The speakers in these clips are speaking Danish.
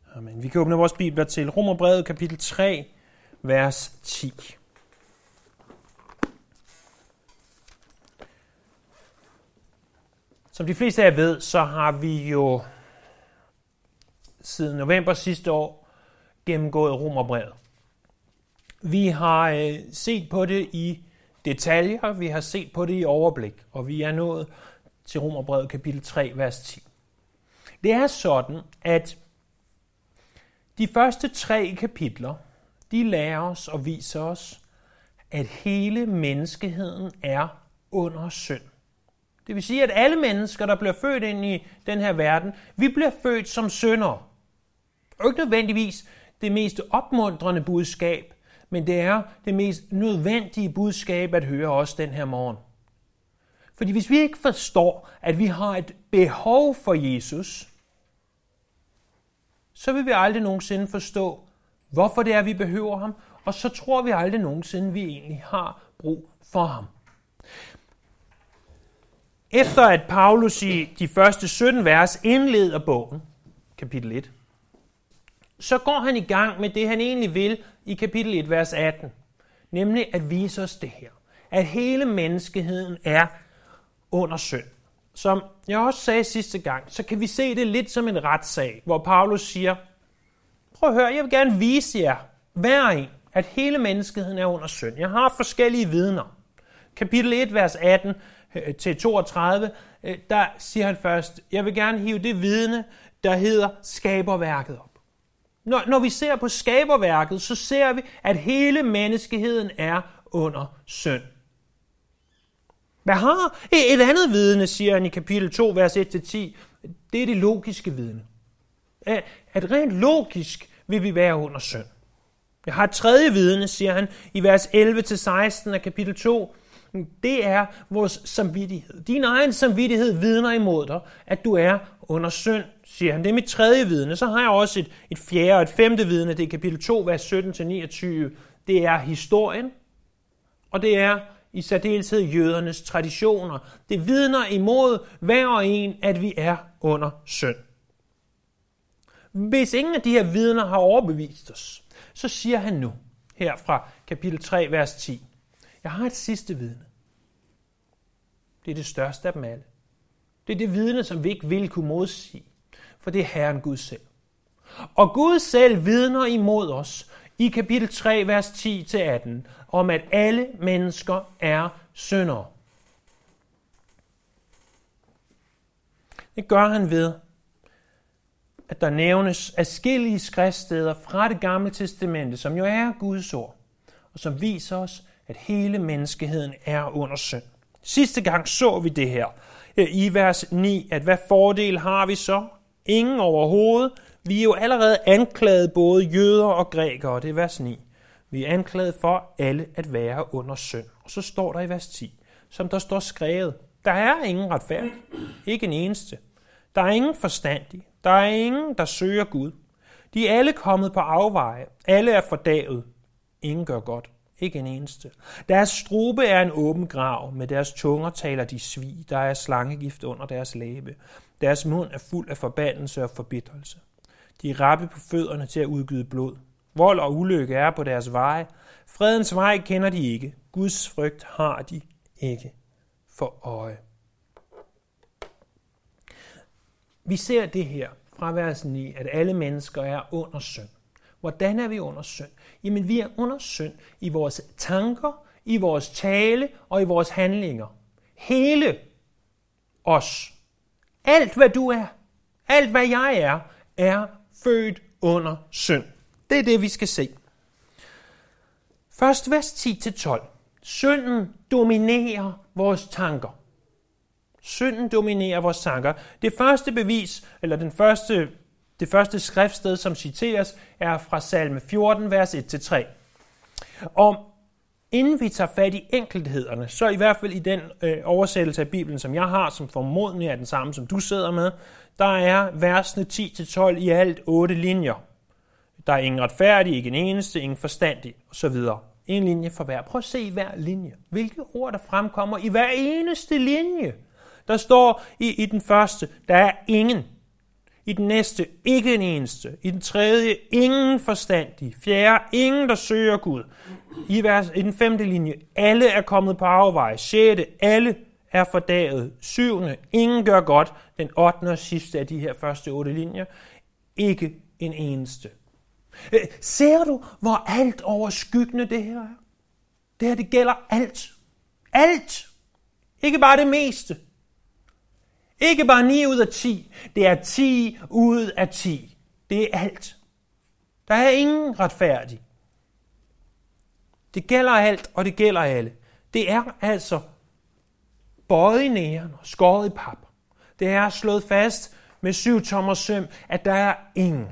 Amen. Vi kan åbne vores bibler til Romerbrevet kapitel 3, vers 10. Som de fleste af jer ved, så har vi jo siden november sidste år gennemgået Romerbrevet. Vi har set på det i detaljer, vi har set på det i overblik, og vi er nået til Romerbrevet kapitel 3, vers 10. Det er sådan, at de første 3 kapitler, de lærer os og viser os, at hele menneskeheden er under synd. Det vil sige, at alle mennesker, der bliver født ind i den her verden, vi bliver født som syndere. Og ikke nødvendigvis det mest opmuntrende budskab, men det er det mest nødvendige budskab at høre også den her morgen. Fordi hvis vi ikke forstår, at vi har et behov for Jesus, så vil vi aldrig nogensinde forstå, hvorfor det er, vi behøver ham, og så tror vi aldrig nogensinde, vi egentlig har brug for ham. Efter at Paulus i de første 17 vers indleder bogen, kapitel 1, så går han i gang med det, han egentlig vil i kapitel 1, vers 18. Nemlig at vise os det her. At hele menneskeheden er under synd. Som jeg også sagde sidste gang, så kan vi se det lidt som en retssag, hvor Paulus siger, prøv at høre, jeg vil gerne vise jer, hver en, at hele menneskeheden er under synd. Jeg har forskellige vidner. Kapitel 1, vers 18 til 32, der siger han først, jeg vil gerne hive det vidne, der hedder skaberværket op. Når vi ser på skaberværket, så ser vi, at hele menneskeheden er under synd. Hvad har et andet vidne, siger han i kapitel 2, vers 1-10, det er det logiske vidne. At rent logisk vil vi være under synd. Jeg har et tredje vidne, siger han i vers 11-16 af kapitel 2, det er vores samvittighed. Din egen samvittighed vidner imod dig, at du er under synd, siger han. Det er mit tredje vidne. Så har jeg også et fjerde og et femte vidne, det er kapitel 2, vers 17-29. Det er historien, og det er i særdeleshed jødernes traditioner. Det vidner imod hver og en, at vi er under synd. Hvis ingen af de her vidner har overbevist os, så siger han nu, her fra kapitel 3, vers 10, jeg har et sidste vidne. Det er det største af dem alle. Det er det vidne, som vi ikke vil kunne modsige, for det er Herren Gud selv. Og Gud selv vidner imod os i kapitel 3, vers 10-18, om at alle mennesker er syndere. Det gør han ved, at der nævnes adskillige skriftsteder fra det gamle testamente, som jo er Guds ord, og som viser os, at hele menneskeheden er under synd. Sidste gang så vi det her i vers 9, at hvad fordel har vi så? Ingen overhovedet. Vi er jo allerede anklaget både jøder og grækere, det er vers 9. Vi er anklaget for alle at være under synd. Og så står der i vers 10, som der står skrevet, der er ingen retfærdig, ikke en eneste. Der er ingen forstandig, der er ingen, der søger Gud. De er alle kommet på afveje, alle er fordavet, ingen gør godt. Ikke en eneste. Deres strube er en åben grav, med deres tunger taler de svig, der er slangegift under deres læbe. Deres mund er fuld af forbandelse og forbitrelse. De er rappe på fødderne til at udgyde blod. Vold og ulykke er på deres veje. Fredens vej kender de ikke. Guds frygt har de ikke for øje. Vi ser det her fra vers 9, at alle mennesker er under synd. Hvordan er vi under synd? Jamen, vi er under synd i vores tanker, i vores tale og i vores handlinger. Hele os. Alt, hvad du er, alt, hvad jeg er født under synd. Det er det, vi skal se. Først vers 10-12. Synden dominerer vores tanker. Synden dominerer vores tanker. Det første bevis, eller det første skriftsted, som citeres, er fra salme 14, vers 1-3. Og inden vi tager fat i enkelthederne, så i hvert fald i den oversættelse af Bibelen, som jeg har, som formodentlig er den samme, som du sidder med, der er versene 10-12 i alt 8 linjer. Der er ingen retfærdig, ikke en eneste, ingen forstandig, osv. En linje for hver. Prøv at se hver linje. Hvilke ord, der fremkommer i hver eneste linje. Der står i den første, der er ingen. I den næste ikke en eneste. I den tredje ingen forstandige. Fjerde ingen, der søger Gud. I den 5. linje, alle er kommet på afveje. 6. alle er fordaget. 7. ingen gør godt. Den 8. og sidste af de her første 8 linjer, ikke en eneste. Ser du, hvor alt overskyggende det her er? Det her, det gælder alt. Alt. Ikke bare det meste. Ikke bare 9 ud af 10. Det er 10 ud af 10. Det er alt. Der er ingen retfærdig. Det gælder alt, og det gælder alle. Det er altså bøjet i næren og skåret i pap. Det er slået fast med 7-tommers søm, at der er ingen.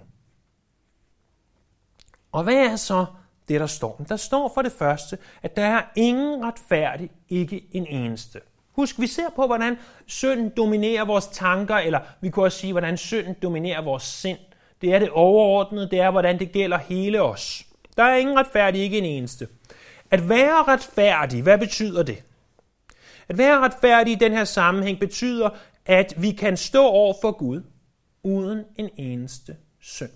Og hvad er så det, der står? Der står for det første, at der er ingen retfærdig, ikke en eneste. Husk, vi ser på, hvordan synden dominerer vores tanker, eller vi kan også sige, hvordan synden dominerer vores sind. Det er det overordnede, det er, hvordan det gælder hele os. Der er ingen retfærdig, ikke en eneste. At være retfærdig, hvad betyder det? At være retfærdig i den her sammenhæng betyder, at vi kan stå over for Gud uden en eneste synd.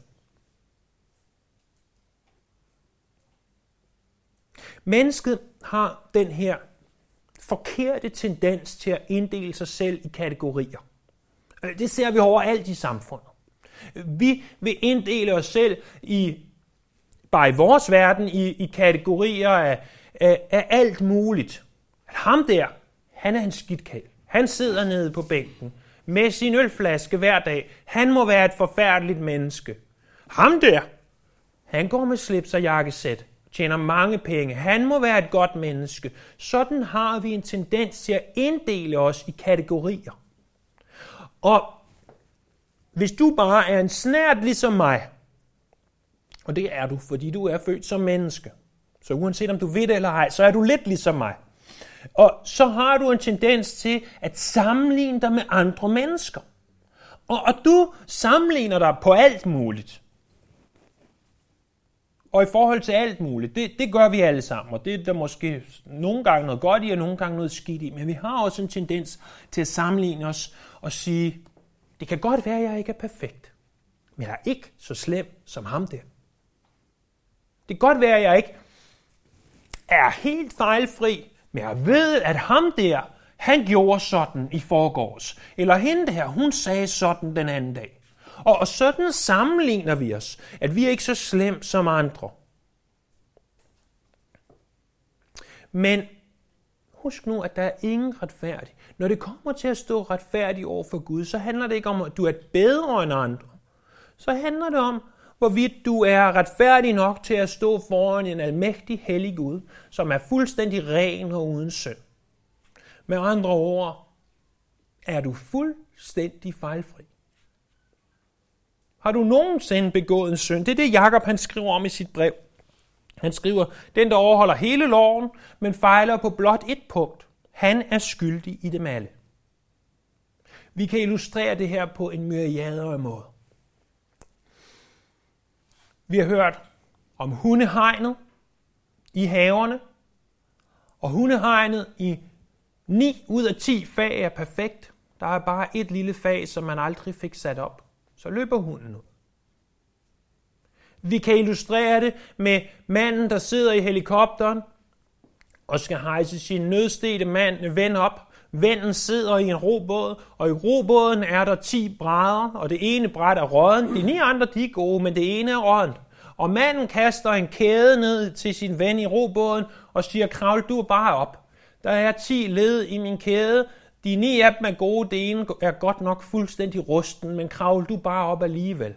Mennesket har den her forkerte tendens til at inddele sig selv i kategorier. Det ser vi overalt i samfundet. Vi vil inddele os selv bare i vores verden i kategorier af alt muligt. Ham der, han er en skidtkæl. Han sidder nede på bænken med sin ølflaske hver dag. Han må være et forfærdeligt menneske. Ham der, han går med slips og jakkesæt, tjener mange penge. Han må være et godt menneske. Sådan har vi en tendens til at inddele os i kategorier. Og hvis du bare er en snert ligesom mig, og det er du, fordi du er født som menneske, så uanset om du ved det eller ej, så er du lidt ligesom mig. Og så har du en tendens til at sammenligne dig med andre mennesker. Og du sammenligner dig på alt muligt. Og i forhold til alt muligt, det gør vi alle sammen, og det er der måske nogle gange noget godt i, og nogle gange noget skidt i. Men vi har også en tendens til at sammenligne os og sige, det kan godt være, at jeg ikke er perfekt, men jeg er ikke så slem som ham der. Det kan godt være, at jeg ikke er helt fejlfri, men jeg ved, at ham der, han gjorde sådan i forgårs. Eller hende der, hun sagde sådan den anden dag. Og sådan sammenligner vi os, at vi er ikke så slem som andre. Men husk nu, at der er ingen retfærdig. Når det kommer til at stå retfærdig over for Gud, så handler det ikke om, at du er bedre end andre. Så handler det om, hvorvidt du er retfærdig nok til at stå foran en almægtig, hellig Gud, som er fuldstændig ren og uden synd. Med andre ord, er du fuldstændig fejlfri. Har du nogensinde begået en synd? Det er det, Jakob han skriver om i sit brev. Han skriver, den der overholder hele loven, men fejler på blot et punkt. Han er skyldig i dem alle. Vi kan illustrere det her på en myriade af måder. Vi har hørt om hundehegnet i haverne, og hundehegnet i 9 ud af 10 fag er perfekt. Der er bare et lille fag, som man aldrig fik sat op. Så løber hunden ud. Vi kan illustrere det med manden, der sidder i helikopteren og skal hejse sin nødstedte ven op. Vennen sidder i en robåd, og i robåden er der 10 brædder, og det ene bræt er råddent. De 9 andre de er gode, men det ene er råddent. Og manden kaster en kæde ned til sin ven i robåden og siger, kravl du bare op. Der er 10 led i min kæde. De 9 af dem er gode, det ene er godt nok fuldstændig rusten, men kravl du bare op alligevel.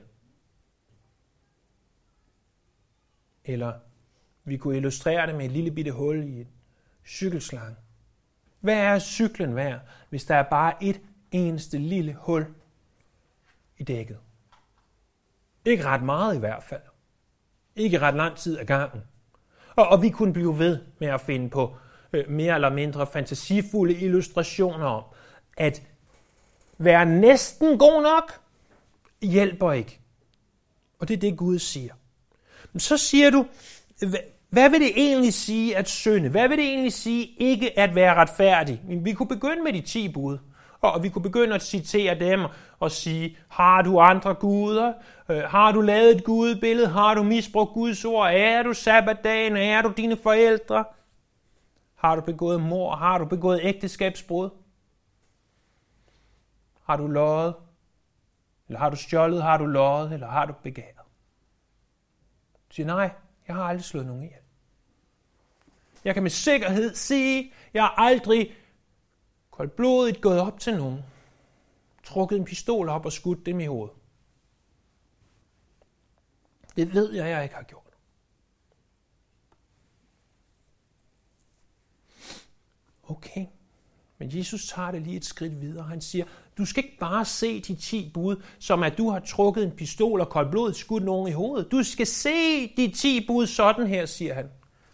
Eller vi kunne illustrere det med et lille bitte hul i en cykelslange. Hvad er cyklen værd, hvis der er bare et eneste lille hul i dækket? Ikke ret meget i hvert fald. Ikke ret lang tid ad gangen. Og vi kunne blive ved med at finde på mere eller mindre fantasifulde illustrationer om, at være næsten god nok hjælper ikke. Og det er det, Gud siger. Men så siger du, hvad vil det egentlig sige at synde? Hvad vil det egentlig sige ikke at være retfærdig? Vi kunne begynde med de 10 bud. Og vi kunne begynde at citere dem og sige, har du andre guder? Har du lavet et gudebillede? Har du misbrugt Guds ord? Er du sabbatdagen? Er du dine forældre? Har du begået mord? Har du begået ægteskabsbrud? Har du løjet? Eller har du stjålet? Har du løjet? Eller har du begæret? Du siger, nej, jeg har aldrig slået nogen ihjel. Jeg kan med sikkerhed sige, jeg har aldrig koldblodigt gået op til nogen, trukket en pistol op og skudt dem i hovedet. Det ved jeg ikke har gjort. Okay, men Jesus tager det lige et skridt videre. Han siger, du skal ikke bare se de 10 bud, som at du har trukket en pistol og koldblodigt skudt nogen i hovedet. Du skal se de 10 bud sådan her, siger han.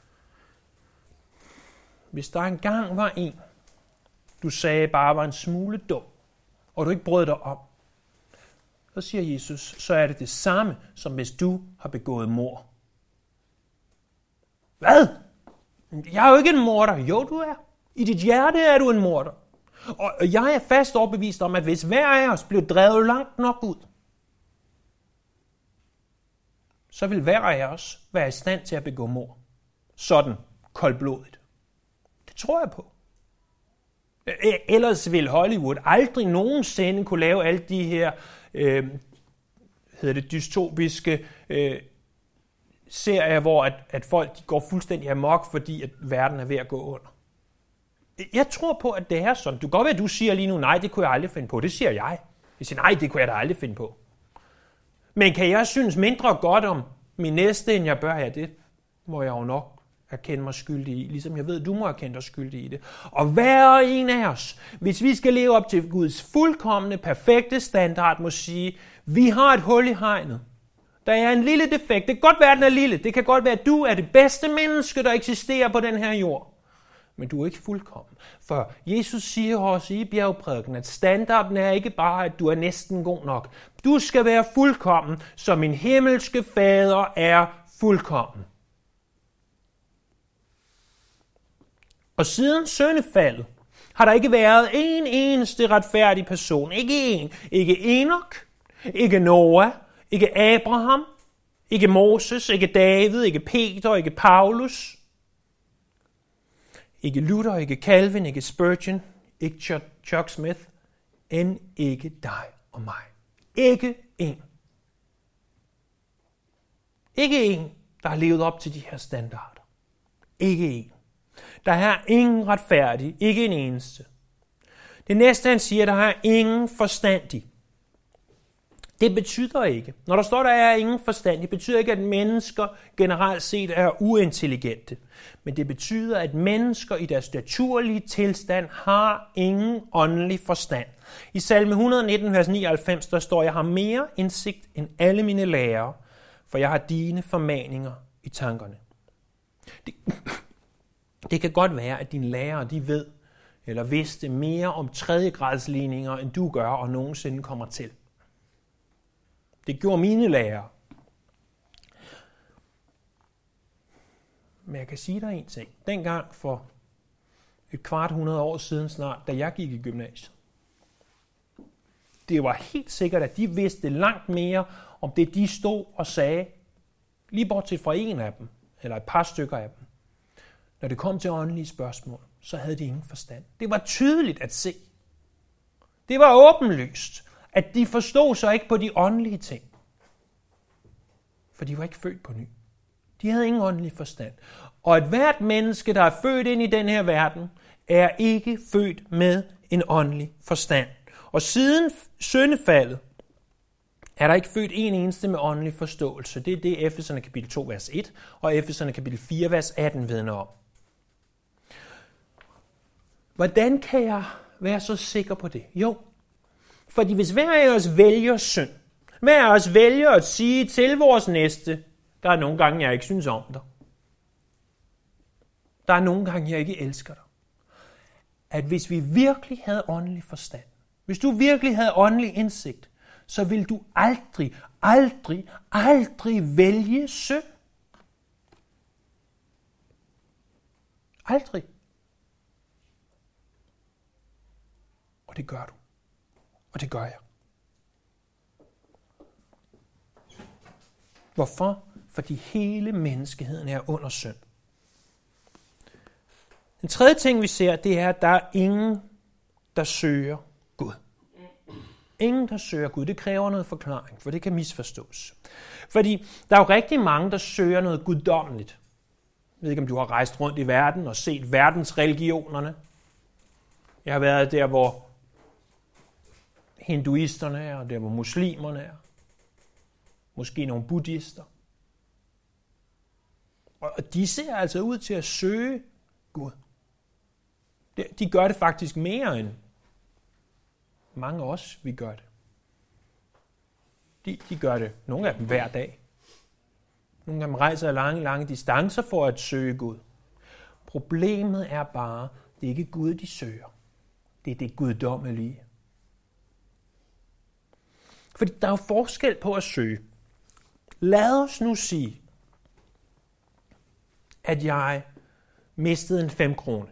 Hvis der engang var en, du sagde bare var en smule dum, og du ikke brød dig om, så siger Jesus, så er det det samme, som hvis du har begået mord. Hvad? Jeg er jo ikke en morder. Jo, du er. I dit hjerte er du en morder. Og jeg er fast overbevist om, at hvis hver af os blev drevet langt nok ud, så vil hver af os være i stand til at begå mord. Sådan koldblodigt. Det tror jeg på. Ellers vil Hollywood aldrig nogensinde kunne lave alle de her dystopiske serier, hvor at folk de går fuldstændig amok, fordi at verden er ved at gå under. Jeg tror på, at det er sådan. Du kan godt være, at du siger lige nu, nej, det kunne jeg aldrig finde på. Det siger jeg. Jeg siger, nej, det kunne jeg da aldrig finde på. Men kan jeg synes mindre godt om min næste, end jeg bør? Ja, det må jeg jo nok erkende mig skyldig i, ligesom jeg ved, du må erkende dig skyldig i det. Og hver en af os, hvis vi skal leve op til Guds fuldkomne, perfekte standard, må sige, vi har et hul i hegnet. Der er en lille defekt. Det kan godt være, at den er lille. Det kan godt være, at du er det bedste menneske, der eksisterer på den her jord. Men du er ikke fuldkommen. For Jesus siger også i bjergprædiken, at standarden er ikke bare, at du er næsten god nok. Du skal være fuldkommen, som min himmelske fader er fuldkommen. Og siden syndefaldet har der ikke været en eneste retfærdig person. Ikke en. Ikke Enok, ikke Noah, ikke Abraham, ikke Moses, ikke David, ikke Peter, ikke Paulus, ikke Luther, ikke Calvin, ikke Spurgeon, ikke Chuck Smith, end ikke dig og mig. Ikke en. Ikke en, der har levet op til de her standarder. Ikke en. Der er ingen retfærdig, ikke en eneste. Det næste, han siger, der er ingen forstandig. Det betyder ikke, når der står, der er ingen forstandig, betyder ikke, at mennesker generelt set er uintelligente. Men det betyder, at mennesker i deres naturlige tilstand har ingen åndelig forstand. I salme 119, vers 99, der står, jeg har mere indsigt end alle mine lærere, for jeg har dine formaninger i tankerne. Det kan godt være, at dine lærere, de ved eller vidste mere om tredjegradsligninger, end du gør og nogensinde kommer til. Det gjorde mine lærere. Men jeg kan sige dig en ting. Dengang for et 250 år siden snart, da jeg gik i gymnasiet, det var helt sikkert, at de vidste langt mere om det, de stod og sagde, lige bortset fra en af dem, eller et par stykker af dem. Når det kom til åndelige spørgsmål, så havde de ingen forstand. Det var tydeligt at se. Det var åbenlyst, at de forstod sig ikke på de åndelige ting. For de var ikke født på ny. De havde ingen åndelig forstand. Og et hvert menneske, der er født ind i den her verden, er ikke født med en åndelig forstand. Og siden syndefaldet, er der ikke født en eneste med åndelig forståelse. Det er det, Efeserne kapitel 2, vers 1, og Efeserne kapitel 4, vers 18 vidner om. Hvordan kan jeg være så sikker på det? Jo, fordi hvis hver af os vælger synd, hver af os vælger at sige til vores næste, der er nogle gange, jeg ikke synes om dig. Der er nogle gange, jeg ikke elsker dig. At hvis vi virkelig havde åndelig forstand, hvis du virkelig havde åndelig indsigt, så vil du aldrig vælge synd. Aldrig. Og det gør du. Og det gør jeg. Hvorfor? Fordi hele menneskeheden er under synd. Den tredje ting, vi ser, det er, at der er ingen, der søger Gud. Ingen, der søger Gud. Det kræver noget forklaring, for det kan misforstås. Fordi der er jo rigtig mange, der søger noget guddommeligt. Jeg ved ikke, om du har rejst rundt i verden og set verdensreligionerne. Jeg har været der, hvor hinduisterne er, og der, hvor muslimerne er. Måske nogle buddhister. Og de ser altså ud til at søge Gud. De gør det faktisk mere end mange af os, vi gør det. De gør det, nogle af dem hver dag. Nogle af dem rejser lange distancer for at søge Gud. Problemet er bare, det er ikke Gud, de søger. Det er det guddommelige. Fordi der er jo forskel på at søge. Lad os nu sige, at jeg mistede en 5 kroner.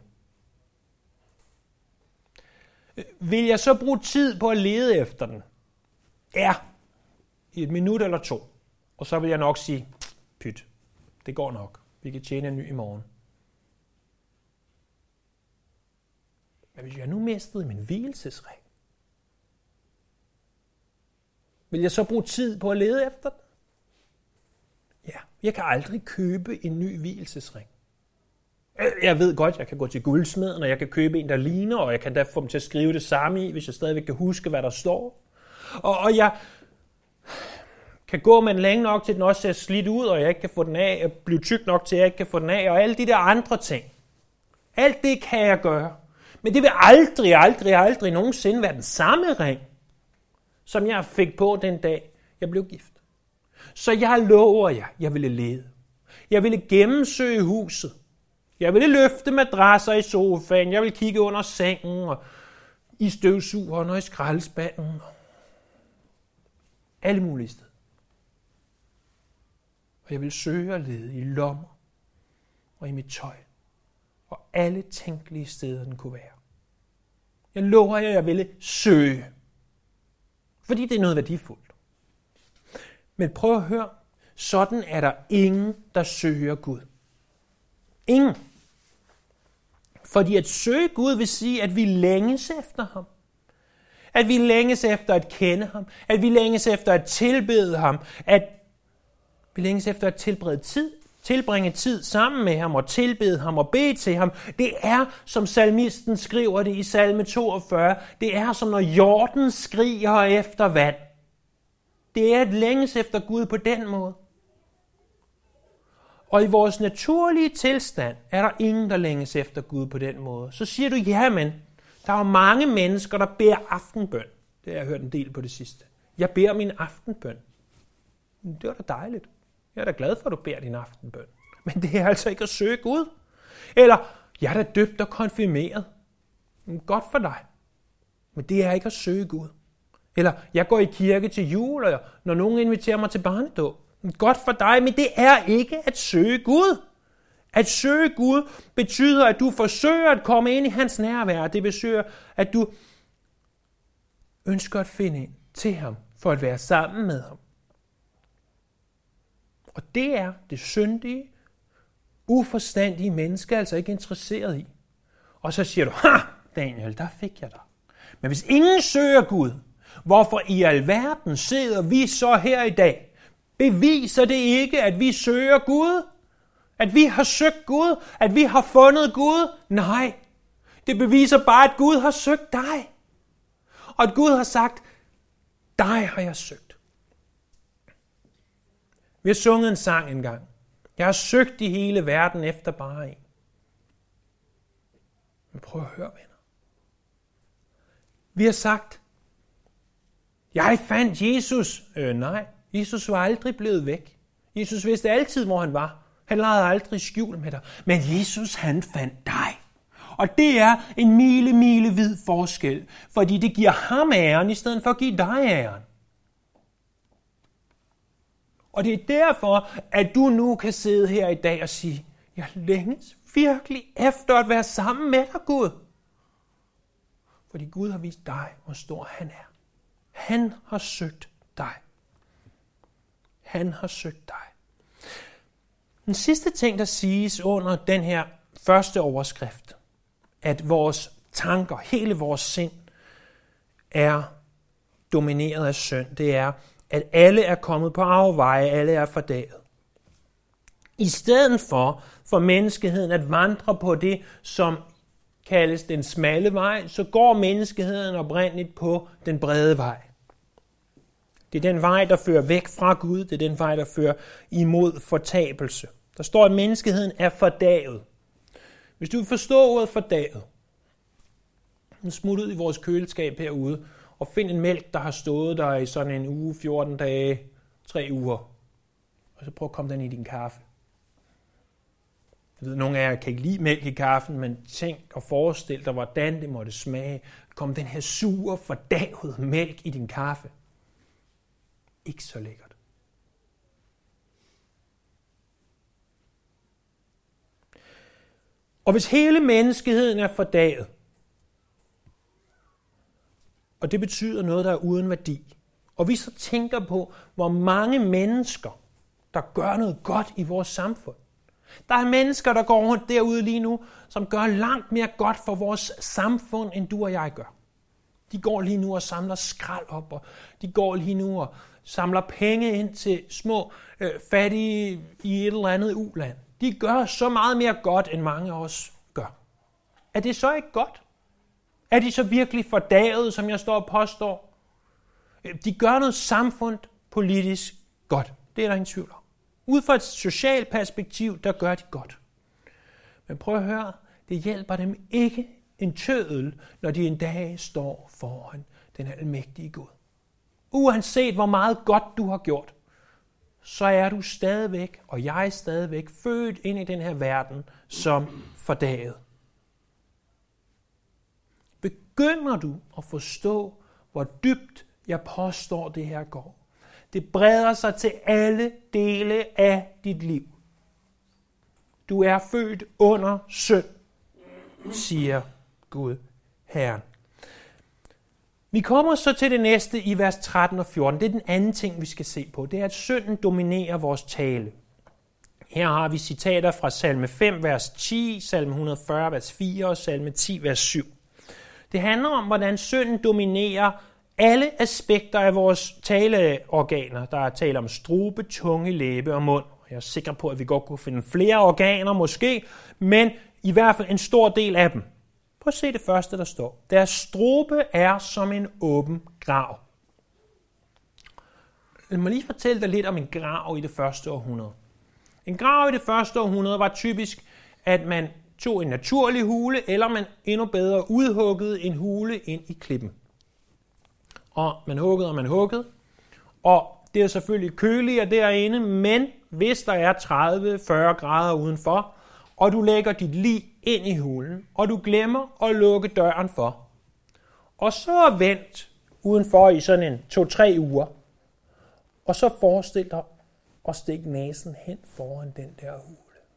Vil jeg så bruge tid på at lede efter den? Ja, i 1 minut eller 2. Og så vil jeg nok sige, pyt, det går nok. Vi kan tjene en ny i morgen. Men hvis jeg nu mistede min hvilesesring, vil jeg så bruge tid på at lede efter den? Ja, jeg kan aldrig købe en ny hvilesesring. Jeg ved godt, jeg kan gå til guldsmeden, og jeg kan købe en, der ligner, og jeg kan da få dem til at skrive det samme i, hvis jeg stadigvæk kan huske, hvad der står. Og jeg kan gå med den længe nok, til den også ser slidt ud, og jeg ikke kan få den af, og blive tyk nok til, at jeg ikke kan få den af, og alle de der andre ting. Alt det kan jeg gøre. Men det vil aldrig nogensinde være den samme ring, som jeg fik på den dag, jeg blev gift. Så jeg lover jer, jeg ville lede. Jeg ville gennemsøge huset. Jeg ville løfte madrasser i sofaen. Jeg ville kigge under sengen og i støvsugeren og i skraldespanden. Alle mulige steder. Og jeg ville søge og lede i lommer og i mit tøj. Og alle tænkelige steder, den kunne være. Jeg lover jer, jeg ville søge. Fordi det er noget værdifuldt. Men prøv at høre. Sådan er der ingen, der søger Gud. Ingen. Fordi at søge Gud vil sige, at vi længes efter ham. At vi længes efter at kende ham. At vi længes efter at tilbede ham. At vi længes efter at tilbringe tid sammen med ham og tilbede ham og bede til ham. Det er, som salmisten skriver det i salme 42, det er som når hjorten skriger efter vand. Det er et længes efter Gud på den måde. Og i vores naturlige tilstand er der ingen, der længes efter Gud på den måde. Så siger du, ja, men der er jo mange mennesker, der beder aftenbøn. Det har jeg hørt en del på det sidste. Jeg beder min aftenbøn. Det var da dejligt. Jeg er da glad for, at du beder din aftenbøn. Men det er altså ikke at søge Gud. Eller, jeg er da døbt og konfirmeret. Godt for dig. Men det er ikke at søge Gud. Eller, jeg går i kirke til jul, eller når nogen inviterer mig til barnedåb. Godt for dig, men det er ikke at søge Gud. At søge Gud betyder, at du forsøger at komme ind i hans nærvær. Det betyder, at du ønsker at finde ind til ham, for at være sammen med ham. Og det er det syndige, uforstandige menneske altså ikke interesseret i. Og så siger du, Daniel, der fik jeg dig. Men hvis ingen søger Gud, hvorfor i alverden sidder vi så her i dag? Beviser det ikke, at vi søger Gud? At vi har søgt Gud? At vi har fundet Gud? Nej. Det beviser bare, at Gud har søgt dig. Og at Gud har sagt, dig har jeg søgt. Vi har sunget en sang engang. Jeg har søgt i hele verden efter bare en. Men prøv at høre, venner. Vi har sagt, jeg fandt Jesus. Nej, Jesus var aldrig blevet væk. Jesus vidste altid, hvor han var. Han legede aldrig skjul med dig. Men Jesus, han fandt dig. Og det er en milevid forskel, fordi det giver ham æren, i stedet for at give dig æren. Og det er derfor, at du nu kan sidde her i dag og sige, jeg længes virkelig efter at være sammen med dig, Gud. Fordi Gud har vist dig, hvor stor han er. Han har søgt dig. Han har søgt dig. Den sidste ting, der siges under den her første overskrift, at vores tanker, hele vores sind, er domineret af synd, det er, at alle er kommet på afveje, alle er fordaget. I stedet for menneskeheden at vandre på det, som kaldes den smalle vej, så går menneskeheden oprindeligt på den brede vej. Det er den vej, der fører væk fra Gud, det er den vej, der fører imod fortabelse. Der står, at menneskeheden er fordaget. Hvis du vil forstå ordet fordaget, så smut ud i vores køleskab herude, og find en mælk, der har stået der i sådan en uge, 14 dage, 3 uger. Og så prøv at komme den i din kaffe. Jeg ved, nogle af jer kan ikke lide mælk i kaffen, men tænk og forestil dig, hvordan det måtte smage. Kom den her sure, fordavede mælk i din kaffe. Ikke så lækkert. Og hvis hele menneskeheden er fordaget, og det betyder noget, der er uden værdi, og vi så tænker på, hvor mange mennesker, der gør noget godt i vores samfund. Der er mennesker, der går rundt derude lige nu, som gør langt mere godt for vores samfund, end du og jeg gør. De går lige nu og samler skrald op, og de går lige nu og samler penge ind til små fattige i et eller andet uland. De gør så meget mere godt, end mange af os gør. Er det så ikke godt? Er de så virkelig fordaget, som jeg står og påstår? De gør noget samfundspolitisk godt. Det er der ingen tvivl om. Ud fra et socialt perspektiv, der gør de godt. Men prøv at høre, det hjælper dem ikke en tøddel, når de en dag står foran den almægtige Gud. Uanset hvor meget godt du har gjort, så er du stadigvæk, og jeg er stadigvæk, født ind i den her verden som fordaget. Begynder du at forstå, hvor dybt jeg påstår, det her går? Det breder sig til alle dele af dit liv. Du er født under synd, siger Gud, Herren. Vi kommer så til det næste i vers 13 og 14. Det er den anden ting, vi skal se på. Det er, at synden dominerer vores tale. Her har vi citater fra salme 5, vers 10, salme 140, vers 4 og salme 10, vers 7. Det handler om, hvordan synden dominerer alle aspekter af vores taleorganer. Der er tale om strube, tunge, læbe og mund. Jeg er sikker på, at vi godt kunne finde flere organer måske, men i hvert fald en stor del af dem. Prøv at se det første, der står. Deres strube er som en åben grav. Lad mig lige fortælle dig lidt om en grav i det første århundrede. En grav i det første århundrede var typisk, at man tog en naturlig hule, eller man endnu bedre udhuggede en hule ind i klippen. Og man huggede, og det er selvfølgelig køligere derinde, men hvis der er 30-40 grader udenfor, og du lægger dit lig ind i hulen, og du glemmer at lukke døren for, og så vent udenfor i sådan en 2-3 uger, og så forestil dig at stikke næsen hen foran den der hule.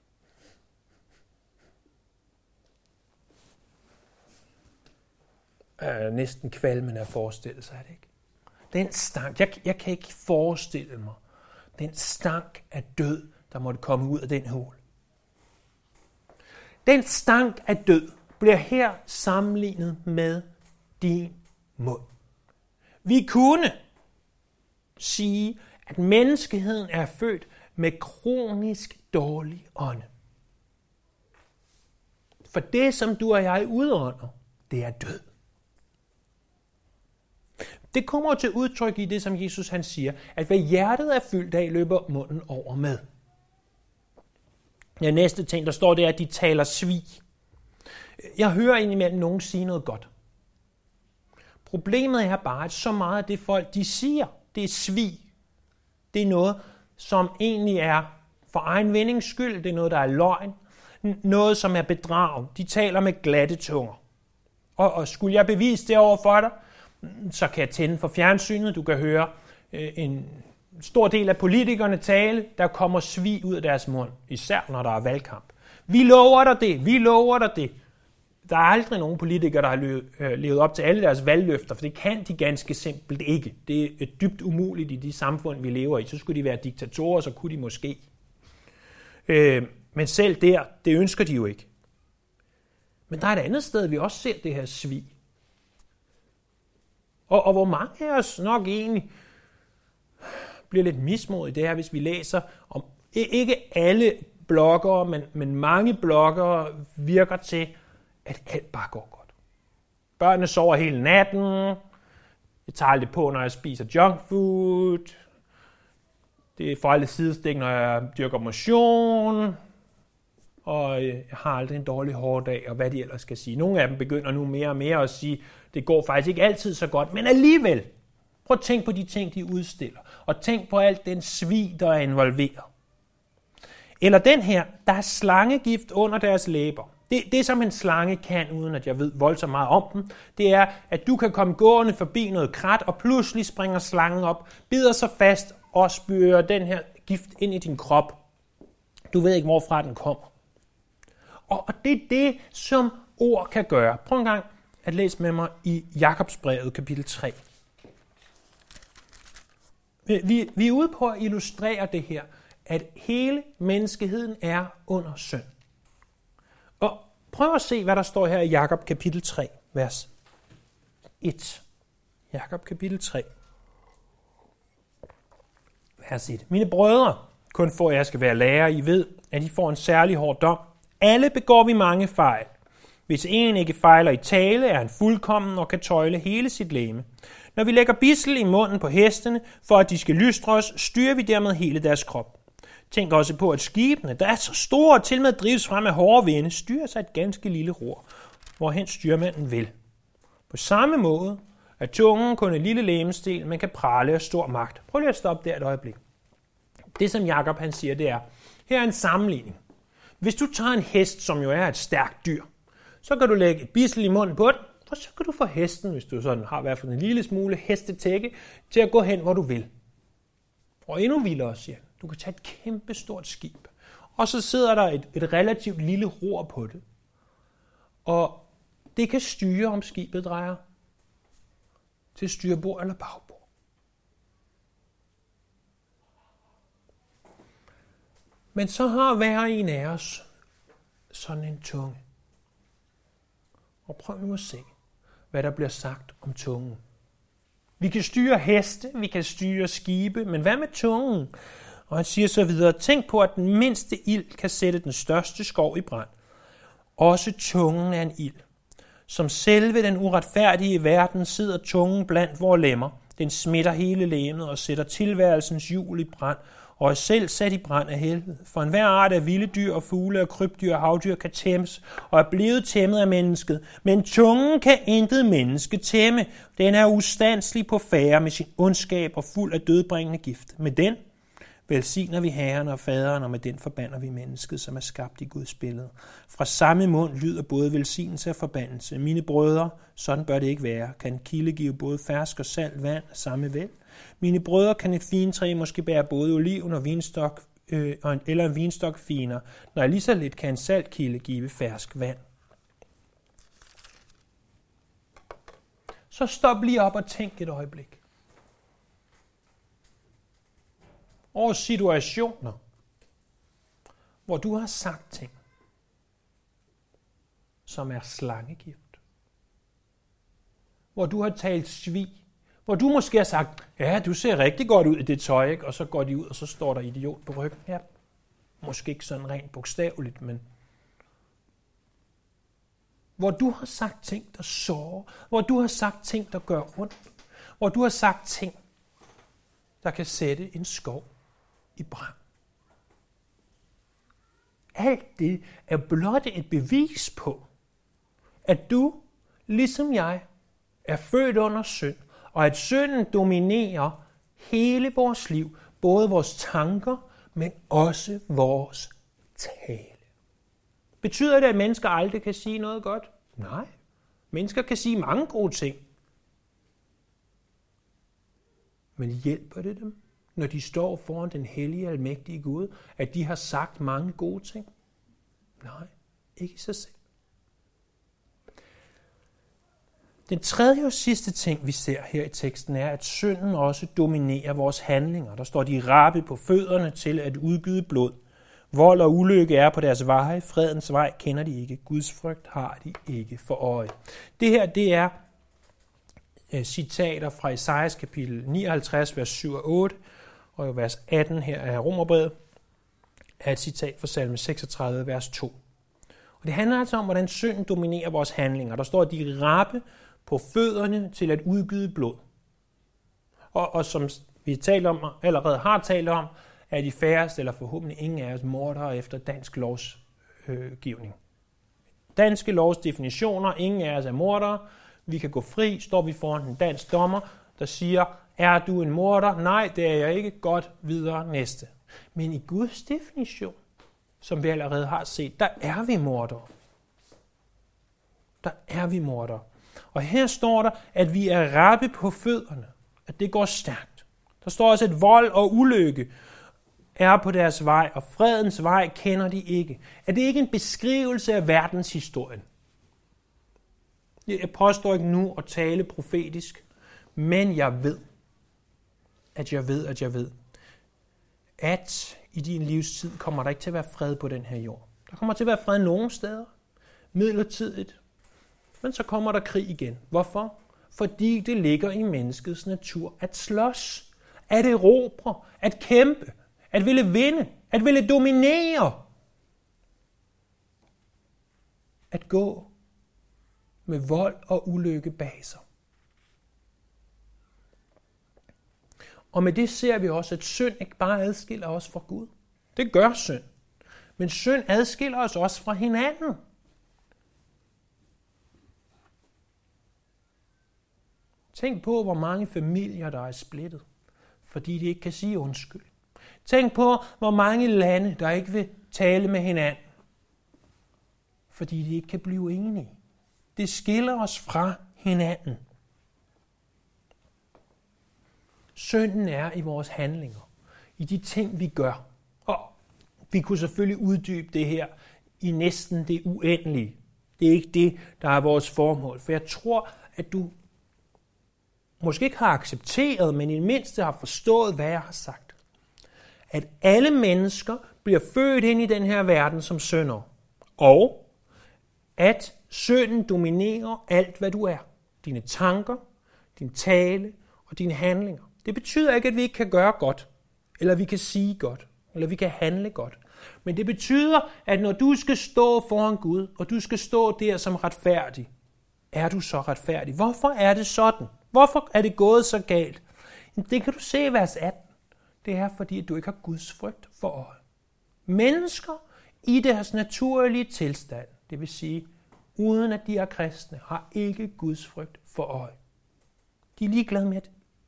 Næsten kvalmende at forestille sig, det ikke? Den stank, jeg kan ikke forestille mig, den stank af død, der måtte komme ud af den hule. Den stank af død bliver her sammenlignet med din mund. Vi kunne sige, at menneskeheden er født med kronisk dårlig ånde. For det, som du og jeg udånder, det er død. Det kommer til udtryk i det, som Jesus han siger, at hvad hjertet er fyldt af, løber munden over med. Den næste ting, der står, det er, at de taler svig. Jeg hører indimellem nogen sige noget godt. Problemet er bare, at så meget af det folk, de siger, det er svig. Det er noget, som egentlig er for egen vindings skyld. Det er noget, der er løgn. Noget, som er bedrag. De taler med glatte tunger. Og skulle jeg bevise det over for dig, så kan jeg tænde for fjernsynet. Du kan høre en stor del af politikerne tale, der kommer svig ud af deres mund, især når der er valgkamp. Vi lover dig det, vi lover dig det. Der er aldrig nogen politikere, der har levet op til alle deres valgløfter, for det kan de ganske simpelt ikke. Det er dybt umuligt i de samfund, vi lever i. Så skulle de være diktatorer, så kunne de måske. Men selv der, det ønsker de jo ikke. Men der er et andet sted, vi også ser det her svig. Og hvor mange af os nok egentlig bliver lidt mismodige, det her, hvis vi læser om, ikke alle bloggere, men mange bloggere virker til, at alt bare går godt. Børnene sover hele natten, jeg tager aldrig på, når jeg spiser junk food, det er for aldrig sidestik, når jeg dyrker motion, og jeg har aldrig en dårlig hårdag, og hvad de ellers skal sige. Nogle af dem begynder nu mere og mere at sige, det går faktisk ikke altid så godt, men alligevel, prøv at tænke på de ting, de udstiller, og tænk på alt den svig, der er involveret. Eller den her, der er slangegift under deres læber. Det som en slange kan, uden at jeg ved voldsomt meget om den, det er, at du kan komme gående forbi noget krat, og pludselig springer slangen op, bider sig fast og spyrer den her gift ind i din krop. Du ved ikke, hvorfra den kommer. Og det er det, som ord kan gøre. Prøv en gang at læse med mig i Jakobsbrevet, kapitel 3. Vi er ude på at illustrere det her, at hele menneskeheden er under synd. Og prøv at se, hvad der står her i Jakob kapitel 3, vers 1. Jakob kapitel 3, vers 1. Mine brødre, kun for at jeg skal være lærer, I ved, at I får en særlig hård dom. Alle begår vi mange fejl. Hvis en ikke fejler i tale, er han fuldkommen og kan tøjle hele sit legeme. Når vi lægger bissel i munden på hestene, for at de skal lystre os, styrer vi dermed hele deres krop. Tænk også på, at skibene, der er så store og til med drives frem af hårde vinde, styrer sig et ganske lille ror, hvorhen styrmanden vil. På samme måde er tungen kun en lille legemsdel, men kan prale af stor magt. Prøv lige at stoppe der et øjeblik. Det som Jakob han siger, det er, her er en sammenligning. Hvis du tager en hest, som jo er et stærkt dyr, så kan du lægge et bissel i munden på den, og så kan du få hesten, hvis du sådan har i hvert fald en lille smule hestetække, til at gå hen, hvor du vil. Og endnu vildere, siger han. Du kan tage et kæmpe stort skib, og så sidder der et relativt lille ror på det. Og det kan styre, om skibet drejer til styrbord eller bagbord. Men så har hver en af os sådan en tunge. Og prøv nu at se, hvad der bliver sagt om tungen. Vi kan styre heste, vi kan styre skibe, men hvad med tungen? Og han siger så videre, tænk på, at den mindste ild kan sætte den største skov i brand. Også tungen er en ild. Som selve den uretfærdige verden sidder tungen blandt vores lemmer. Den smitter hele legemet og sætter tilværelsens hjul i brand, og er selv sat i brand af helvede. For enhver art af vilde dyr og fugle og krybdyr og havdyr kan tæmmes, og er blevet tæmmet af mennesket. Men tungen kan intet menneske tæmme. Den er ustandselig på færde med sin ondskab og fuld af dødbringende gift. Med den velsigner vi Herren og Faderen, og med den forbander vi mennesket, som er skabt i Guds billede. Fra samme mund lyder både velsignelse og forbandelse. Mine brødre, sådan bør det ikke være. Kan en kilde give både fersk og salt vand af samme vel? Mine brødre, kan et fintræ måske bære både oliven og vinstok, eller en vinstok finer, når lige så lidt kan en saltkilde give fersk vand. Så stop lige op og tænk et øjeblik over situationer, hvor du har sagt ting, som er slangegift. Hvor du har talt svig. Hvor du måske har sagt, ja, du ser rigtig godt ud i det tøj, ikke? Og så går de ud, og så står der idiot på ryggen. Ja, måske ikke sådan rent bogstaveligt, men hvor du har sagt ting, der sårer. Hvor du har sagt ting, der gør ondt. Hvor du har sagt ting, der kan sætte en skov i brand. Alt det er blot et bevis på, at du, ligesom jeg, er født under synd, og at synden dominerer hele vores liv, både vores tanker, men også vores tale. Betyder det, at mennesker aldrig kan sige noget godt? Nej. Mennesker kan sige mange gode ting. Men hjælper det dem, når de står foran den hellige, almægtige Gud, at de har sagt mange gode ting? Nej, ikke i sig selv. Den tredje og sidste ting, vi ser her i teksten, er, at synden også dominerer vores handlinger. Der står, de rappe på fødderne til at udgyde blod. Vold og ulykke er på deres veje. Fredens vej kender de ikke. Guds frygt har de ikke for øje. Det her, det er citater fra Esajas kapitel 59, vers 7 og 8, og vers 18 her af Romerbrevet er et citat fra salme 36, vers 2. Og det handler altså om, hvordan synden dominerer vores handlinger. Der står, at de rappe på fødderne til at udgyde blod. Og som vi allerede har talt om, er de færreste, eller forhåbentlig ingen af os, mordere efter dansk lovsgivning. Danske lovs definitioner, ingen af os er mordere. Vi kan gå fri, står vi foran en dansk dommer, der siger, er du en morder? Nej, det er jeg ikke. Godt, videre, næste. Men i Guds definition, som vi allerede har set, der er vi mordere. Der er vi mordere. Og her står der, at vi er rappe på fødderne. At det går stærkt. Der står også, at vold og ulykke er på deres vej, og fredens vej kender de ikke. Er det ikke en beskrivelse af verdenshistorien? Jeg påstår ikke nu at tale profetisk, men jeg ved, at i din livstid kommer der ikke til at være fred på den her jord. Der kommer til at være fred nogle steder, midlertidigt, men så kommer der krig igen. Hvorfor? Fordi det ligger i menneskets natur at slås, at erobre, at kæmpe, at ville vinde, at ville dominere, at gå med vold og ulykke bag sig. Og med det ser vi også, at synd ikke bare adskiller os fra Gud. Det gør synd. Men synd adskiller os også fra hinanden. Tænk på, hvor mange familier, der er splittet, fordi de ikke kan sige undskyld. Tænk på, hvor mange lande, der ikke vil tale med hinanden, fordi de ikke kan blive enige. Det skiller os fra hinanden. Synden er i vores handlinger, i de ting, vi gør. Og vi kunne selvfølgelig uddybe det her i næsten det uendelige. Det er ikke det, der er vores formål. For jeg tror, at du måske ikke har accepteret, men i det mindste har forstået, hvad jeg har sagt. At alle mennesker bliver født ind i den her verden som syndere. Og at synden dominerer alt, hvad du er. Dine tanker, din tale og dine handlinger. Det betyder ikke, at vi ikke kan gøre godt, eller vi kan sige godt, eller vi kan handle godt. Men det betyder, at når du skal stå foran Gud, og du skal stå der som retfærdig, er du så retfærdig? Hvorfor er det sådan? Hvorfor er det gået så galt? Det kan du se i vers 18. Det er, fordi du ikke har Guds frygt for øje. Mennesker i deres naturlige tilstand, det vil sige, uden at de er kristne, har ikke Guds frygt for øje. De er ligeglade med det.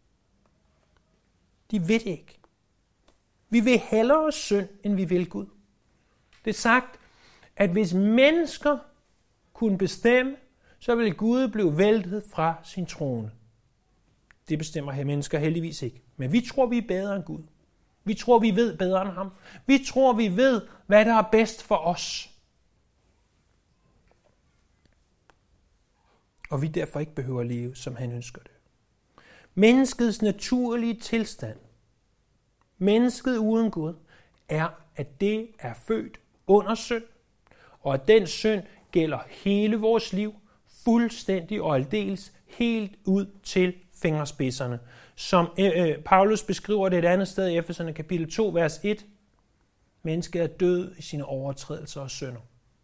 De ved det ikke. Vi vil hellere synd, end vi vil Gud. Det er sagt, at hvis mennesker kunne bestemme, så ville Gud blive væltet fra sin trone. Det bestemmer her mennesker heldigvis ikke. Men vi tror, vi er bedre end Gud. Vi tror, vi ved bedre end ham. Vi tror, vi ved, hvad der er bedst for os. Og vi derfor ikke behøver at leve, som han ønsker det. Menneskets naturlige tilstand, mennesket uden Gud, er, at det er født under synd, og at den synd gælder hele vores liv, fuldstændig og aldeles helt ud til fingerspidserne. Som Paulus beskriver det et andet sted i Efeserne kapitel 2, vers 1. Mennesket er død i sine overtrædelser og synder.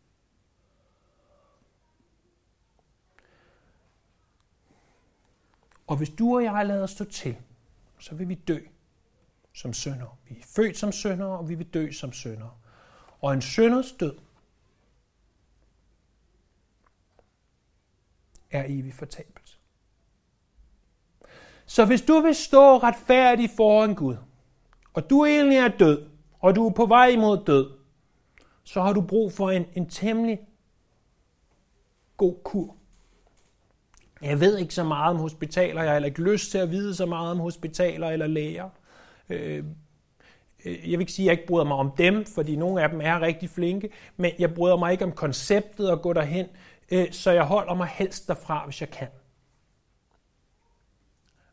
Og hvis du og jeg lader stå til, så vil vi dø som syndere. Vi er født som syndere, og vi vil dø som syndere. Og en synders død er evig fortabelse. Så hvis du vil stå retfærdig foran Gud, og du egentlig er død, og du er på vej imod død, så har du brug for en temmelig god kur. Jeg ved ikke så meget om hospitaler, jeg har ikke lyst til at vide så meget om hospitaler eller læger. Jeg vil ikke sige, at jeg ikke bryder mig om dem, fordi nogle af dem er rigtig flinke, men jeg bryder mig ikke om konceptet at gå derhen, så jeg holder mig helst derfra, hvis jeg kan.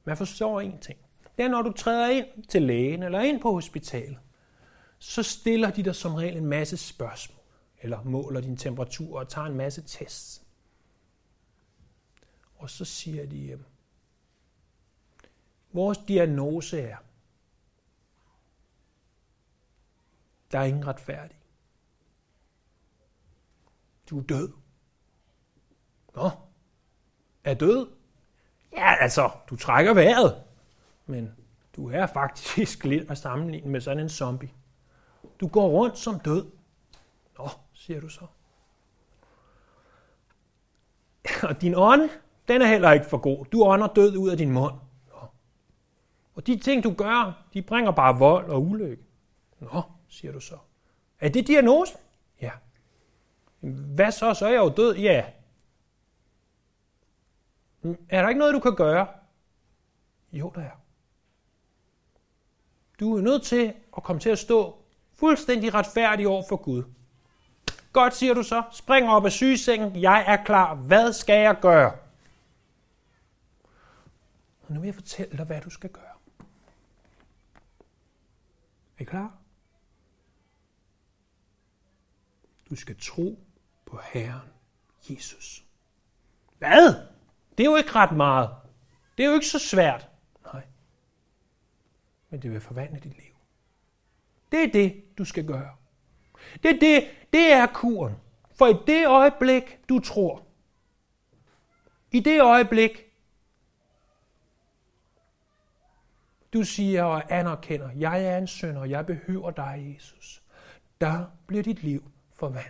Men jeg forstår en ting. Det er, når du træder ind til lægen eller ind på hospitalet, så stiller de dig som regel en masse spørgsmål, eller måler din temperatur og tager en masse tests. Og så siger de, vores diagnose er, der er ingen retfærdig. Du er død. Nå, er død? Ja, altså, du trækker vejret, men du er faktisk lidt at sammenligne med sådan en zombie. Du går rundt som død. Nå, siger du så. Og din ånde, den er heller ikke for god. Du ånder død ud af din mund. Nå. Og de ting, du gør, de bringer bare vold og ulykke. Nå, siger du så. Er det diagnosen? Ja. Hvad så? Så er jeg jo død? Ja. Er der ikke noget, du kan gøre? Jo, der er. Du er nødt til at komme til at stå fuldstændig retfærdig over for Gud. Godt, siger du så. Spring op af sygesengen. Jeg er klar. Hvad skal jeg gøre? Og nu vil jeg fortælle dig, hvad du skal gøre. Er I klar? Du skal tro på Herren Jesus. Hvad? Det er jo ikke ret meget. Det er jo ikke så svært. Nej. Men det vil forvandle dit liv. Det er det, du skal gøre. Det er kuren. For i det øjeblik, du tror, i det øjeblik, du siger og anerkender, jeg er en synder, jeg behøver dig, Jesus, der bliver dit liv forvandlet.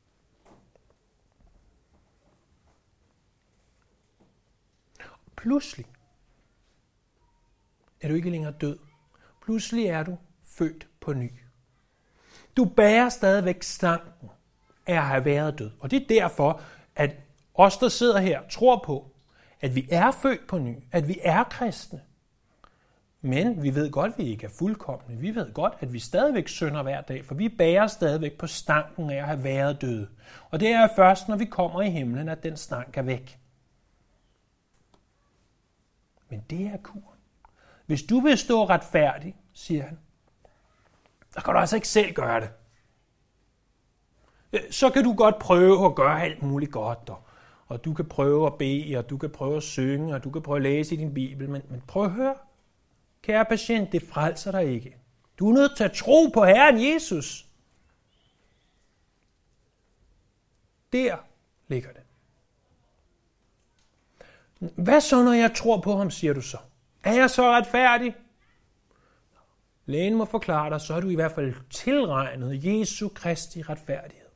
Pludselig er du ikke længere død. Pludselig er du født på ny. Du bærer stadigvæk stanken af at have været død. Og det er derfor, at os, der sidder her, tror på, at vi er født på ny, at vi er kristne. Men vi ved godt, at vi ikke er fuldkomne. Vi ved godt, at vi stadigvæk synder hver dag, for vi bærer stadigvæk på stanken af at have været døde. Og det er først, når vi kommer i himlen, at den stank er væk. Men det er kuren. Hvis du vil stå retfærdig, siger han, så kan du altså ikke selv gøre det. Så kan du godt prøve at gøre alt muligt godt, og du kan prøve at bede, og du kan prøve at synge, og du kan prøve at læse i din bibel, men prøv at høre. Kære patient, det frelser dig ikke. Du er nødt til at tro på Herren Jesus. Der ligger det. Hvad så, når jeg tror på ham, siger du så? Er jeg så retfærdig? Lægen må forklare dig, så er du i hvert fald tilregnet Jesu Kristi retfærdighed.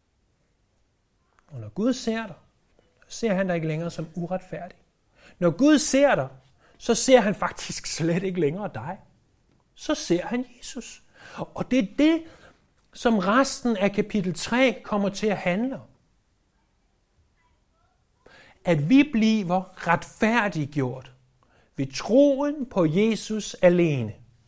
Og når Gud ser dig, så ser han dig ikke længere som uretfærdig. Når Gud ser dig, så ser han faktisk slet ikke længere dig. Så ser han Jesus. Og det er det, som resten af kapitel 3 kommer til at handle om. At vi bliver retfærdiggjort ved troen på Jesus alene.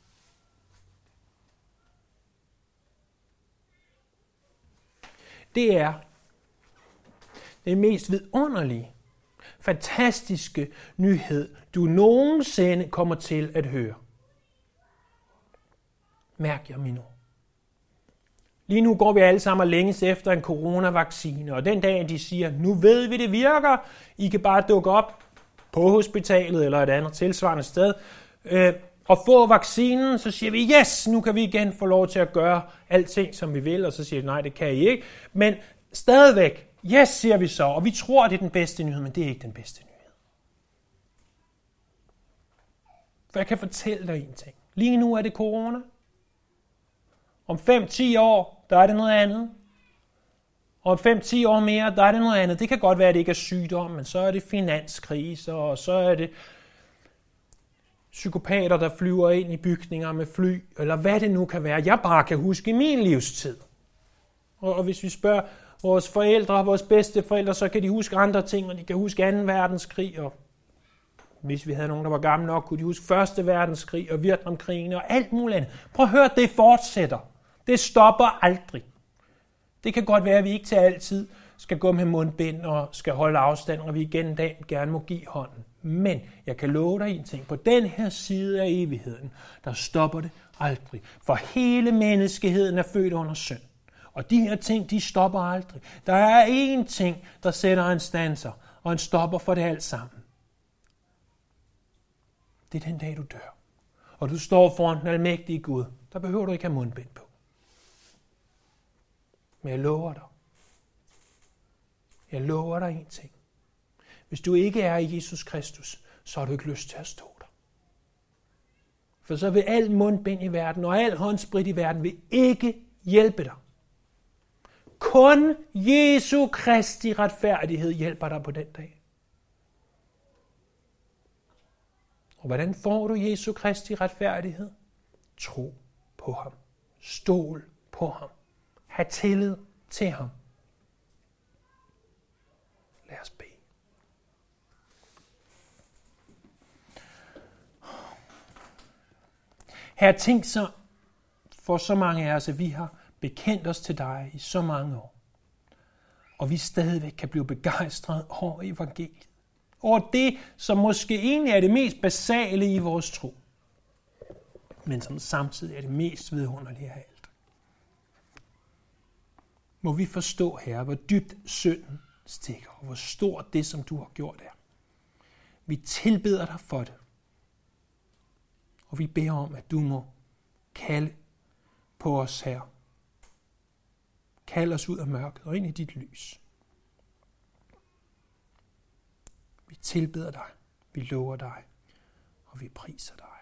Det er det mest vidunderlige, fantastiske nyhed, du nogensinde kommer til at høre. Mærk jer mine ord. Lige nu går vi alle sammen og længes efter en coronavaccine, og den dag de siger, nu ved vi det virker, I kan bare dukke op på hospitalet eller et andet tilsvarende sted, og få vaccinen, så siger vi, yes, nu kan vi igen få lov til at gøre alting, som vi vil, og så siger de, nej, det kan I ikke. Men stadigvæk, yes, siger vi så, og vi tror, det er den bedste nyhed, men det er ikke den bedste nyhed. For jeg kan fortælle dig en ting. Lige nu er det corona. Om 5-10 år, der er det noget andet. Og om 5-10 år mere, der er det noget andet. Det kan godt være, at det ikke er sygdom, men så er det finanskriser, og så er det psykopater, der flyver ind i bygninger med fly, eller hvad det nu kan være. Jeg bare kan huske i min livstid. Og hvis vi spørger vores forældre, vores bedsteforældre, så kan de huske andre ting, og de kan huske 2. verdenskrig, og hvis vi havde nogen, der var gamle nok, kunne de huske 1. verdenskrig og Vietnamkrigen og alt muligt andet. Prøv at høre, det fortsætter. Det stopper aldrig. Det kan godt være, at vi ikke til altid skal gå med mundbind og skal holde afstand, og vi igen en dag gerne må give hånden. Men jeg kan love dig en ting. På den her side af evigheden, der stopper det aldrig. For hele menneskeheden er født under synd. Og de her ting, de stopper aldrig. Der er én ting, der sætter en standser og en stopper for det alt sammen. Det er den dag, du dør. Og du står foran den almægtige Gud. Der behøver du ikke have mundbind på. Men jeg lover dig en ting. Hvis du ikke er i Jesus Kristus, så har du ikke lyst til at stå der. For så vil al mundbind i verden og al håndsprit i verden vil ikke hjælpe dig. Kun Jesu Kristi retfærdighed hjælper dig på den dag. Og hvordan får du Jesu Kristi retfærdighed? Tro på ham. Stol på ham. Ha' tillid til ham. Lad os bede. Herre, tænk så for så mange af os, at vi har bekendt os til dig i så mange år. Og vi stadigvæk kan blive begejstrede over evangeliet. Over det, som måske egentlig er det mest basale i vores tro. Men som samtidig er det mest vidunderlige af alt. Må vi forstå, Herre, hvor dybt synden stikker, og hvor stort det, som du har gjort, er. Vi tilbeder dig for det. Og vi beder om, at du må kalde på os, Herre. Kald os ud af mørket og ind i dit lys. Vi tilbeder dig, vi lover dig, og vi priser dig.